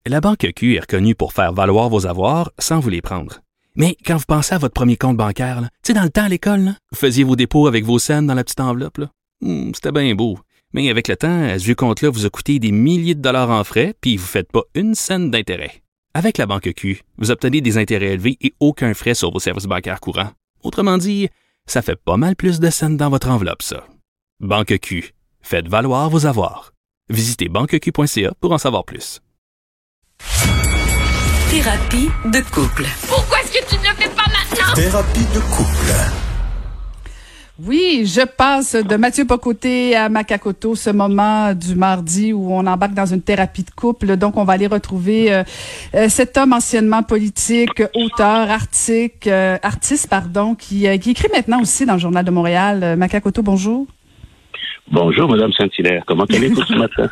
La Banque Q est reconnue pour faire valoir vos avoirs sans vous les prendre. Mais quand vous pensez à votre premier compte bancaire, tu sais, dans le temps à l'école, là, vous faisiez vos dépôts avec vos scènes dans la petite enveloppe. Là. C'était bien beau. Mais avec le temps, ce vieux compte-là vous a coûté des milliers de dollars en frais, puis vous ne faites pas une scène d'intérêt. Avec la Banque Q, vous obtenez des intérêts élevés et aucun frais sur vos services bancaires courants. Autrement dit, ça fait pas mal plus de scènes dans votre enveloppe, ça. Banque Q. Faites valoir vos avoirs. Visitez banqueq.ca pour en savoir plus. Thérapie de couple. Pourquoi est-ce que tu ne le fais pas maintenant? Thérapie de couple. Oui, je passe de Mathieu Bock-Côté à Makakoto, ce moment du mardi où on embarque dans une thérapie de couple. Donc, on va aller retrouver cet homme anciennement politique, auteur, artiste, qui écrit maintenant aussi dans le Journal de Montréal. Makakoto, bonjour. Bonjour, Madame Saint-Hilaire. Comment allez-vous ce matin?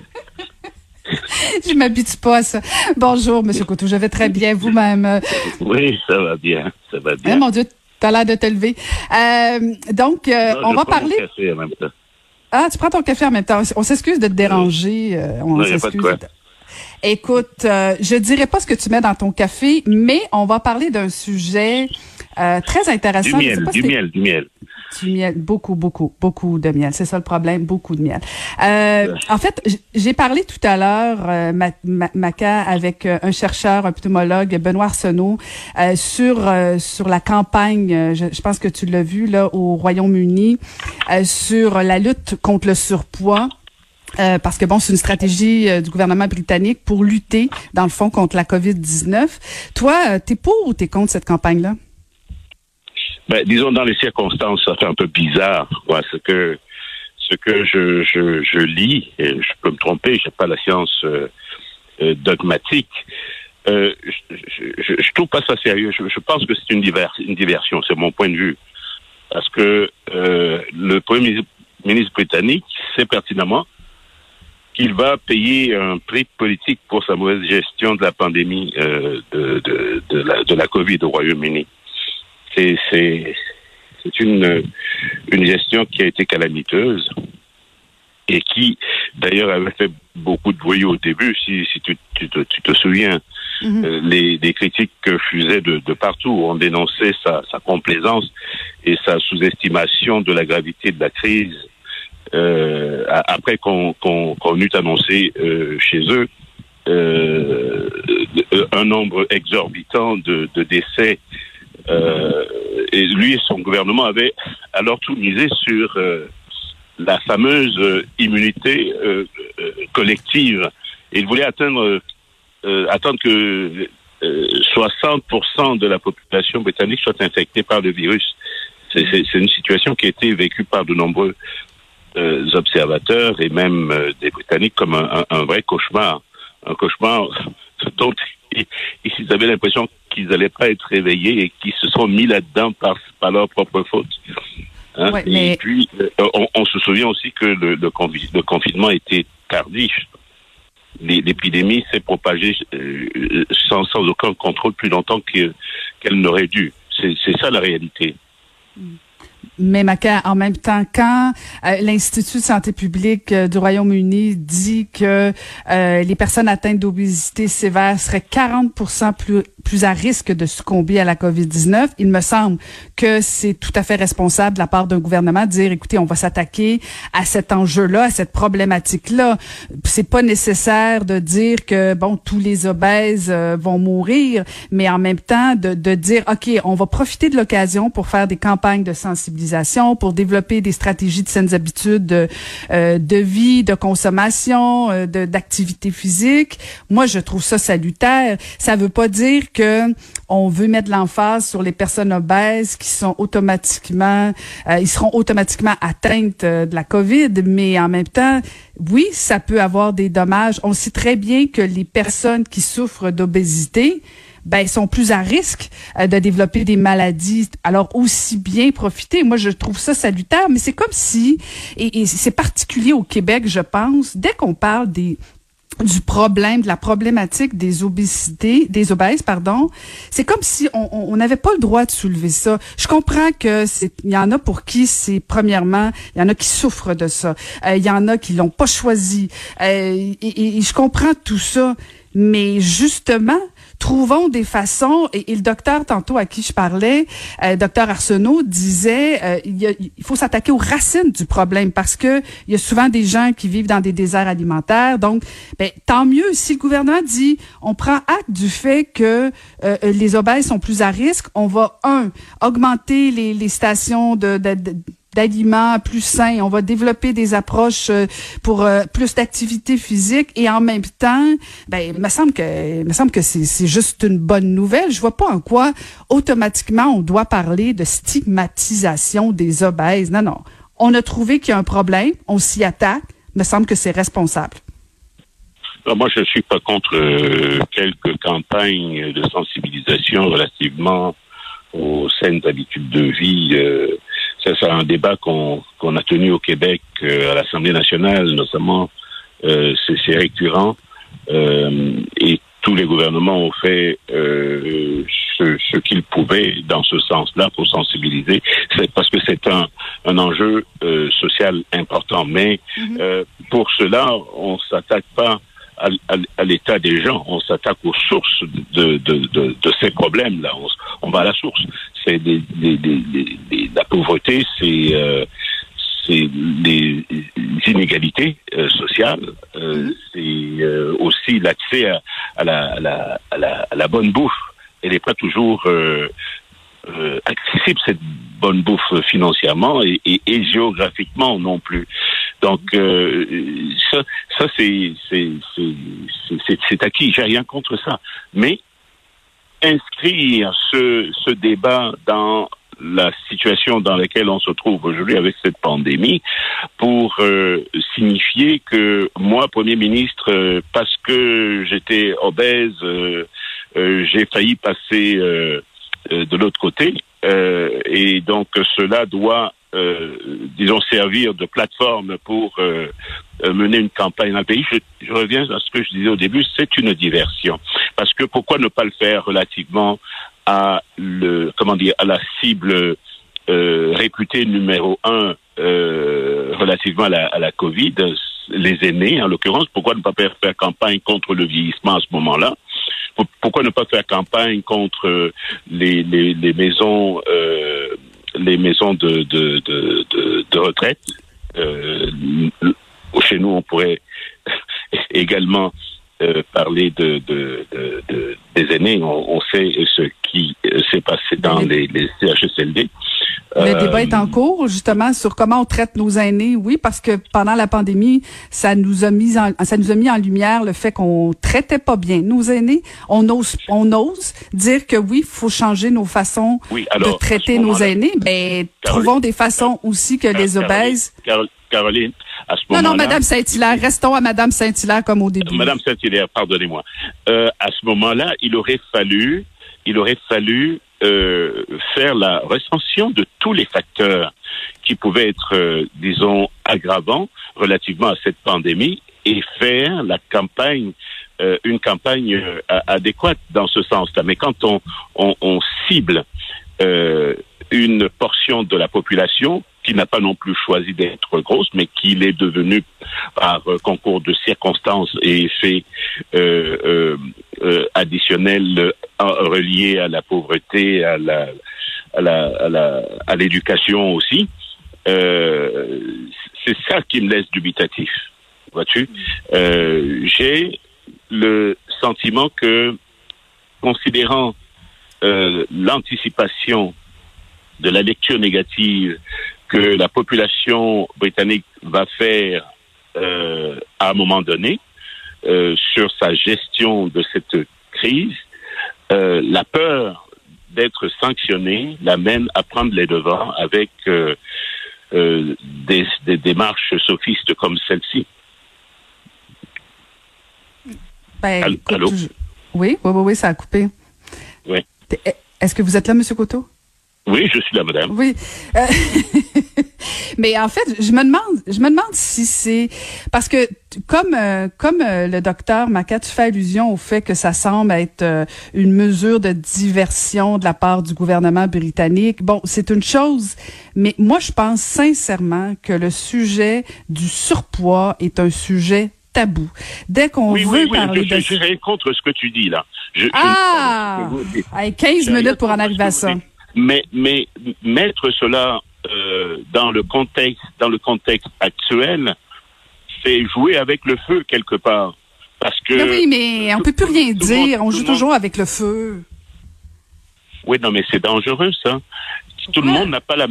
Je m'habitue pas à ça. Bonjour, Monsieur Coteau. Je vais très bien. Vous-même? Oui, ça va bien. Ça va bien. Eh, mon Dieu, t'as l'air de te lever. Donc, on va parler. Je prends mon café en même temps. Ah, tu prends ton café en même temps. On s'excuse de te déranger. Non, il n'y a pas de quoi. Écoute, je dirais pas ce que tu mets dans ton café, mais on va parler d'un sujet très intéressant. Du miel. Du miel, beaucoup de miel. C'est ça le problème, beaucoup de miel. En fait, j'ai parlé tout à l'heure, Maca, avec un chercheur, un pneumologue, Benoît Arsenault, sur la campagne, je pense que tu l'as vu là au Royaume-Uni, sur la lutte contre le surpoids. Parce que bon, c'est une stratégie du gouvernement britannique pour lutter, dans le fond, contre la COVID-19. Toi, t'es pour ou t'es contre cette campagne-là? Ben, disons, dans les circonstances, ça fait un peu bizarre, quoi. Ce que je lis, et je peux me tromper, je n'ai pas la science dogmatique. Je trouve pas ça sérieux. Je pense que c'est une diversion, c'est mon point de vue. Parce que le Premier ministre britannique sait pertinemment qu'il va payer un prix politique pour sa mauvaise gestion de la pandémie de la COVID au Royaume-Uni. C'est une gestion qui a été calamiteuse et qui, d'ailleurs, avait fait beaucoup de bruit au début, si tu te souviens. Les critiques fusaient de partout. On dénonçait sa complaisance et sa sous-estimation de la gravité de la crise. Après qu'on eut annoncé chez eux un nombre exorbitant de décès, et lui et son gouvernement avaient alors tout misé sur la fameuse immunité collective. Et ils voulaient attendre que 60% de la population britannique soit infectée par le virus. C'est une situation qui a été vécue par de nombreux observateurs et même des Britanniques comme un vrai cauchemar. Un cauchemar dont ils avaient l'impression qu'ils n'allaient pas être réveillés et qu'ils se sont mis là-dedans par leur propre faute. Hein? Ouais, mais... Et puis, on se souvient aussi que le confinement était tardif. L'épidémie s'est propagée sans aucun contrôle plus longtemps qu'elle n'aurait dû. C'est ça la réalité. Mais Maca, en même temps, quand l'Institut de santé publique du Royaume-Uni dit que les personnes atteintes d'obésité sévère seraient 40% plus à risque de succomber à la COVID-19, il me semble que c'est tout à fait responsable de la part d'un gouvernement de dire, écoutez, on va s'attaquer à cet enjeu-là, à cette problématique-là. C'est pas nécessaire de dire que, bon, tous les obèses vont mourir, mais en même temps, de dire, OK, on va profiter de l'occasion pour faire des campagnes de sensibilisation, pour développer des stratégies de saines habitudes de vie, de consommation, d'activité physique. Moi, je trouve ça salutaire. Ça veut pas dire que on veut mettre l'emphase sur les personnes obèses qui sont ils seront automatiquement atteintes de la COVID, mais en même temps, oui, ça peut avoir des dommages. On sait très bien que les personnes qui souffrent d'obésité, sont plus à risque de développer des maladies. Alors, aussi bien profiter. Moi, je trouve ça salutaire, mais c'est comme si, et c'est particulier au Québec, je pense, dès qu'on parle des du problème, de la problématique des obèses, c'est comme si on n'avait pas le droit de soulever ça. Je comprends que il y en a pour qui c'est, premièrement, il y en a qui souffrent de ça. Il y en a qui l'ont pas choisi. Et je comprends tout ça. Mais justement, trouvons des façons, et le docteur tantôt à qui je parlais, docteur Arsenault, disait il faut s'attaquer aux racines du problème parce que il y a souvent des gens qui vivent dans des déserts alimentaires. Donc, tant mieux si le gouvernement dit on prend acte du fait que les obèses sont plus à risque, on va augmenter les stations d'aliments plus sains, on va développer des approches pour plus d'activité physique et en même temps, il me semble que c'est juste une bonne nouvelle. Je vois pas en quoi automatiquement on doit parler de stigmatisation des obèses. Non. On a trouvé qu'il y a un problème, on s'y attaque, me semble que c'est responsable. Alors moi, je suis pas contre quelques campagnes de sensibilisation relativement aux saines habitudes de vie. Ça, c'est un débat qu'on a tenu au Québec à l'Assemblée nationale, notamment. C'est récurrent. Et tous les gouvernements ont fait ce qu'ils pouvaient dans ce sens-là pour sensibiliser. C'est parce que c'est un enjeu social important. Mais pour cela, on s'attaque pas à l'état des gens, on s'attaque aux sources de ces problèmes-là. On va à la source. C'est la pauvreté, c'est les inégalités sociales, c'est aussi l'accès à la bonne bouffe. Elle n'est pas toujours accessible, cette bonne bouffe, financièrement et géographiquement non plus. Donc ça c'est acquis. J'ai rien contre ça, mais inscrire ce débat dans la situation dans laquelle on se trouve aujourd'hui avec cette pandémie pour signifier que moi, Premier ministre, parce que j'étais obèse, j'ai failli passer de l'autre côté, et donc cela doit servir de plateforme pour mener une campagne dans le pays. Je reviens à ce que je disais au début, c'est une diversion. Parce que pourquoi ne pas le faire relativement à la cible réputée numéro 1 relativement à la COVID, les aînés en l'occurrence. Pourquoi ne pas faire campagne contre le vieillissement à ce moment-là? Pourquoi ne pas faire campagne contre les maisons de retraite? Chez nous, on pourrait également parler des aînés. On sait ce qui s'est passé dans les CHSLD. Le débat est en cours, justement, sur comment on traite nos aînés. Oui, parce que pendant la pandémie, ça nous a mis en lumière le fait qu'on traitait pas bien nos aînés. On ose dire que oui, il faut changer nos façons de traiter nos aînés. Mais trouvons des façons aussi que les obèses. Caroline, à ce moment-là... Non, Madame Saint-Hilaire, restons à Madame Saint-Hilaire comme au début. Madame Saint-Hilaire, pardonnez-moi. À ce moment-là, il aurait fallu faire la recension de tous les facteurs qui pouvaient être, aggravants relativement à cette pandémie et faire une campagne adéquate dans ce sens-là. Mais quand on cible une portion de la population qui n'a pas non plus choisi d'être grosse, mais qui l'est devenue par concours de circonstances et effets additionnels reliés à la pauvreté, à l'éducation aussi. C'est ça qui me laisse dubitatif, vois-tu. J'ai le sentiment que, considérant l'anticipation de la lecture négative que la population britannique va faire à un moment donné sur sa gestion de cette crise, la peur d'être sanctionné l'amène à prendre les devants avec des démarches sophistes comme celle-ci. Allô? Oui, ça a coupé. Oui. Est-ce que vous êtes là, M. Coteau? Oui, je suis là, madame. Oui. Mais en fait, je me demande si c'est parce que comme le docteur Maca, tu fais allusion au fait que ça semble être une mesure de diversion de la part du gouvernement britannique. Bon, c'est une chose, mais moi je pense sincèrement que le sujet du surpoids est un sujet tabou. Dès qu'on veut parler de... Je rien contre ce que tu dis là. Allez, 15 minutes pour en arriver à ça. Mais mettre cela dans le contexte actuel, c'est jouer avec le feu quelque part. Parce que oui, mais on peut plus rien dire. On joue toujours avec le feu. Oui, non, mais c'est dangereux ça. Tout le monde n'a pas la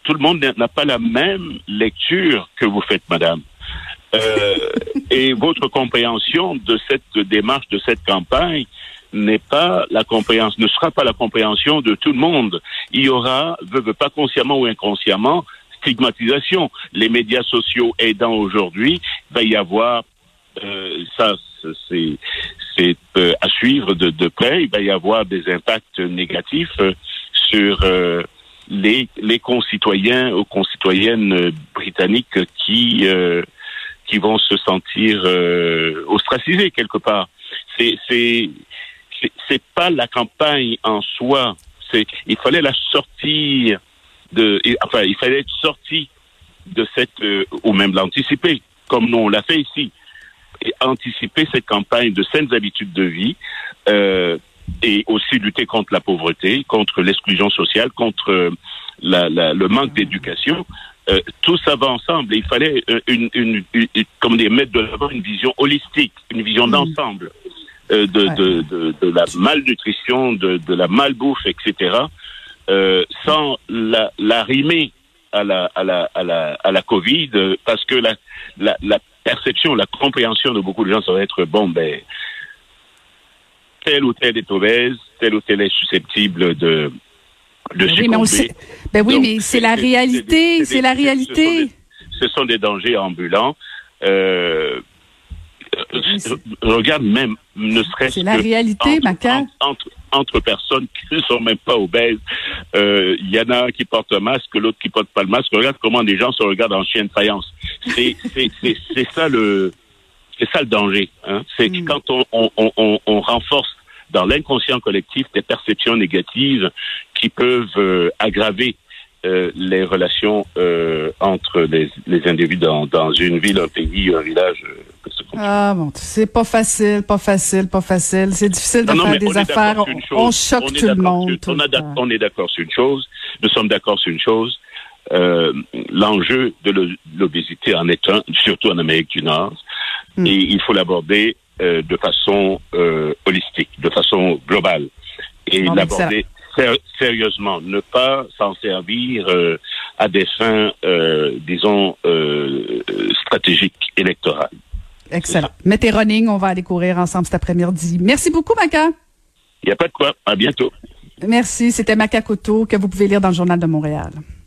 même lecture que vous faites, madame. Et votre compréhension de cette démarche, de cette campagne, ne sera pas la compréhension de tout le monde. Il y aura, pas consciemment ou inconsciemment, stigmatisation. Les médias sociaux aidant aujourd'hui, il va y avoir, ça c'est à suivre de près, il va y avoir des impacts négatifs sur les concitoyens ou concitoyennes britanniques qui vont se sentir ostracisés quelque part. C'est pas la campagne en soi. Il fallait il fallait être sorti de cette, ou même l'anticiper, comme nous on l'a fait ici, et anticiper cette campagne de saines habitudes de vie, et aussi lutter contre la pauvreté, contre l'exclusion sociale, contre le manque d'éducation. Tout ça va ensemble. Et il fallait mettre de l'avant une vision holistique, une vision d'ensemble. De la malnutrition, de la malbouffe, etc., sans la rimer à la Covid, parce que la perception, la compréhension de beaucoup de gens, ça va être tel ou tel est obèse, tel ou tel est susceptible de succomber. Mais c'est la réalité, c'est la réalité. Ce sont des dangers ambulants. Regarde même, ne serait-ce c'est la réalité, Maca. Entre personnes qui ne sont même pas obèses, il y en a un qui porte un masque, l'autre qui porte pas le masque. Regarde comment les gens se regardent en chien de faïence. C'est ça le danger. Hein. C'est quand on renforce dans l'inconscient collectif des perceptions négatives qui peuvent aggraver les relations entre les individus dans une ville, un pays, un village. C'est pas facile. C'est difficile de faire des affaires. On choque tout le monde. On est d'accord sur une chose. Nous sommes d'accord sur une chose. L'enjeu de l'obésité en est un, surtout en Amérique du Nord. Et il faut l'aborder de façon holistique, de façon globale. Et l'aborder sérieusement, ne pas s'en servir à des fins, stratégiques électorales. Excellent. Mettez running, on va aller courir ensemble cet après-midi. Merci beaucoup, Maca. Il n'y a pas de quoi. À bientôt. Merci. C'était Maca Coutu, que vous pouvez lire dans le Journal de Montréal.